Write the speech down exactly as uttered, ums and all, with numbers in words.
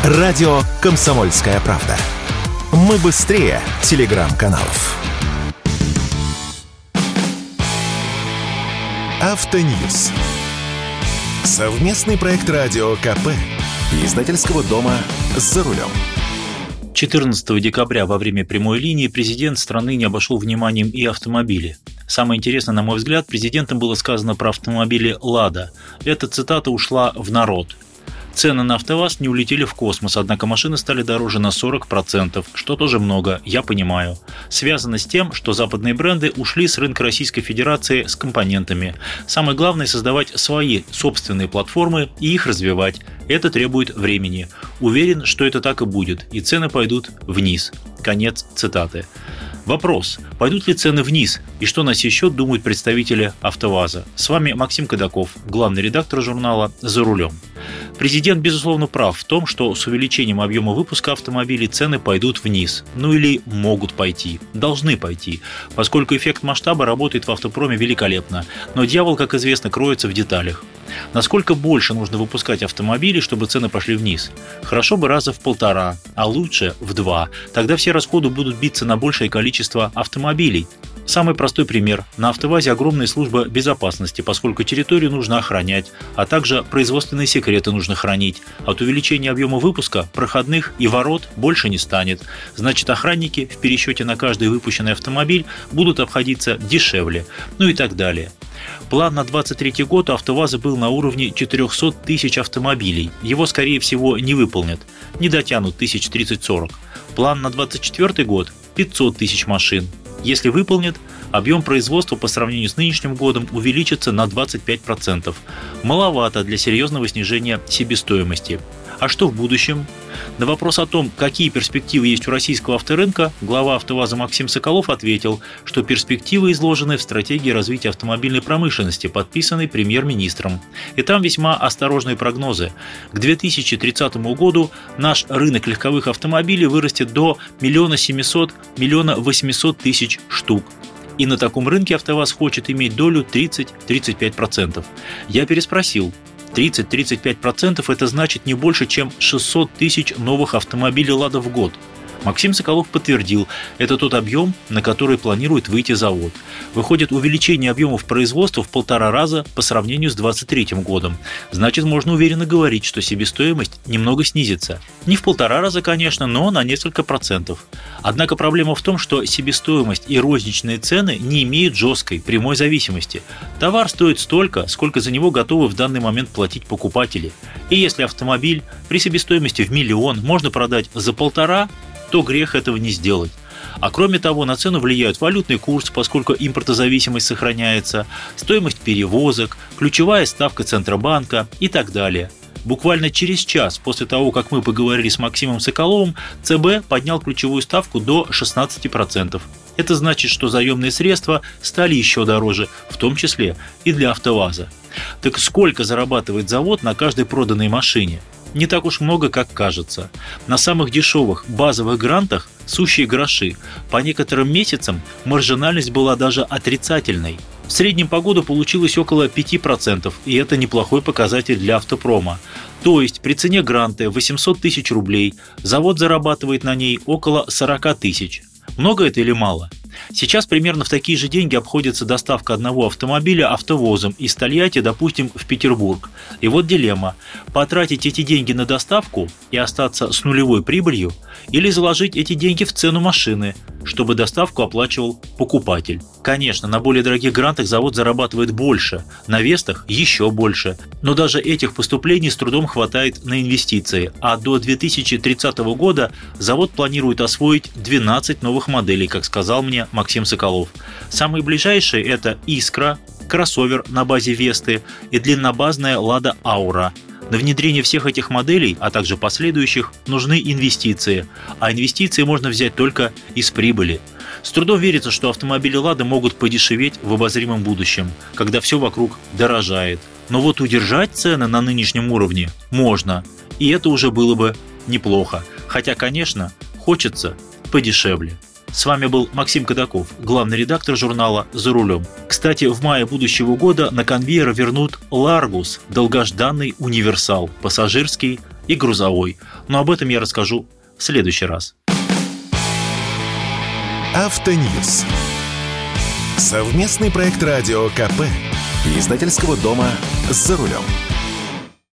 Радио «Комсомольская правда». Мы быстрее телеграм-каналов. Автоньюз. Совместный проект радио КП. Издательского дома «За рулем». четырнадцатого декабря во время прямой линии президент страны не обошел вниманием и автомобили. Самое интересное, на мой взгляд, президентом было сказано про автомобили «Лада». Эта цитата ушла в народ. Цены на АвтоВАЗ не улетели в космос, однако машины стали дороже на сорок процентов, что тоже много, я понимаю. Связано с тем, что западные бренды ушли с рынка Российской Федерации с компонентами. Самое главное – создавать свои собственные платформы и их развивать. Это требует времени. Уверен, что это так и будет, и цены пойдут вниз. Конец цитаты. Вопрос: пойдут ли цены вниз, и что на сей счет думают представители АвтоВАЗа? С вами Максим Кадаков, главный редактор журнала «За рулем». Президент, безусловно, прав в том, что с увеличением объема выпуска автомобилей цены пойдут вниз. Ну или могут пойти, должны пойти, поскольку эффект масштаба работает в автопроме великолепно. Но дьявол, как известно, кроется в деталях. Насколько больше нужно выпускать автомобилей, чтобы цены пошли вниз? Хорошо бы раза в полтора, а лучше в два. Тогда все расходы будут биться на большее количество автомобилей. Самый простой пример. На АвтоВАЗе огромная служба безопасности, поскольку территорию нужно охранять, а также производственные секреты нужно хранить. От увеличения объема выпуска проходных и ворот больше не станет. Значит, охранники в пересчете на каждый выпущенный автомобиль будут обходиться дешевле. Ну и так далее. План на двадцать третий год у АвтоВАЗа был на уровне четыреста тысяч автомобилей. Его, скорее всего, не выполнят. Не дотянут тысяч тридцать-сорок. План на двадцать четвёртый год – пятьсот тысяч машин. Если выполнят, объем производства по сравнению с нынешним годом увеличится на двадцать пять процентов. Маловато для серьезного снижения себестоимости. А что в будущем? На вопрос о том, какие перспективы есть у российского авторынка, глава АвтоВАЗа Максим Соколов ответил, что перспективы изложены в стратегии развития автомобильной промышленности, подписанной премьер-министром. И там весьма осторожные прогнозы. К две тысячи тридцатому году наш рынок легковых автомобилей вырастет до миллиона семисот - миллиона восьмисот тысяч штук. И на таком рынке АвтоВАЗ хочет иметь долю тридцать-тридцать пять процентов. Я переспросил. тридцать-тридцать пять процентов это значит не больше, чем шестьсот тысяч новых автомобилей «Лада» в год. Максим Соколов подтвердил, это тот объем, на который планирует выйти завод. Выходит, увеличение объемов производства в полтора раза по сравнению с двадцать третьим годом. Значит, можно уверенно говорить, что себестоимость немного снизится. Не в полтора раза, конечно, но на несколько процентов. Однако проблема в том, что себестоимость и розничные цены не имеют жесткой, прямой зависимости. Товар стоит столько, сколько за него готовы в данный момент платить покупатели. И если автомобиль при себестоимости в миллион можно продать за полтора, то грех этого не сделать. А кроме того, на цену влияют валютный курс, поскольку импортозависимость сохраняется, стоимость перевозок, ключевая ставка Центробанка и так далее. Буквально через час после того, как мы поговорили с Максимом Соколовым, ЦБ поднял ключевую ставку до шестнадцати процентов. Это значит, что заемные средства стали еще дороже, в том числе и для АвтоВАЗа. Так сколько зарабатывает завод на каждой проданной машине? Не так уж много, как кажется. На самых дешевых базовых грантах сущие гроши. По некоторым месяцам маржинальность была даже отрицательной. В среднем по году получилось около пяти процентов, и это неплохой показатель для автопрома. То есть при цене гранта восемьсот тысяч рублей завод зарабатывает на ней около сорок тысяч. Много это или мало? Сейчас примерно в такие же деньги обходится доставка одного автомобиля автовозом из Тольятти, допустим, в Петербург. И вот дилемма: потратить эти деньги на доставку и остаться с нулевой прибылью, или заложить эти деньги в цену машины, чтобы доставку оплачивал покупатель. Конечно, на более дорогих грантах завод зарабатывает больше, на Вестах еще больше, но даже этих поступлений с трудом хватает на инвестиции, а до две тысячи тридцатого года завод планирует освоить двенадцать новых моделей, как сказал мне Максим Соколов. Самые ближайшие – это «Искра», кроссовер на базе Весты и длиннобазная «Лада Аура». На внедрение всех этих моделей, а также последующих, нужны инвестиции, а инвестиции можно взять только из прибыли. С трудом верится, что автомобили «Лада» могут подешеветь в обозримом будущем, когда все вокруг дорожает. Но вот удержать цены на нынешнем уровне можно, и это уже было бы неплохо. Хотя, конечно, хочется подешевле. С вами был Максим Кадаков, главный редактор журнала «За рулем». Кстати, в мае будущего года на конвейер вернут «Ларгус», долгожданный универсал, пассажирский и грузовой. Но об этом я расскажу в следующий раз. Автоньюз. Совместный проект радио ка пэ и издательского дома «За рулем».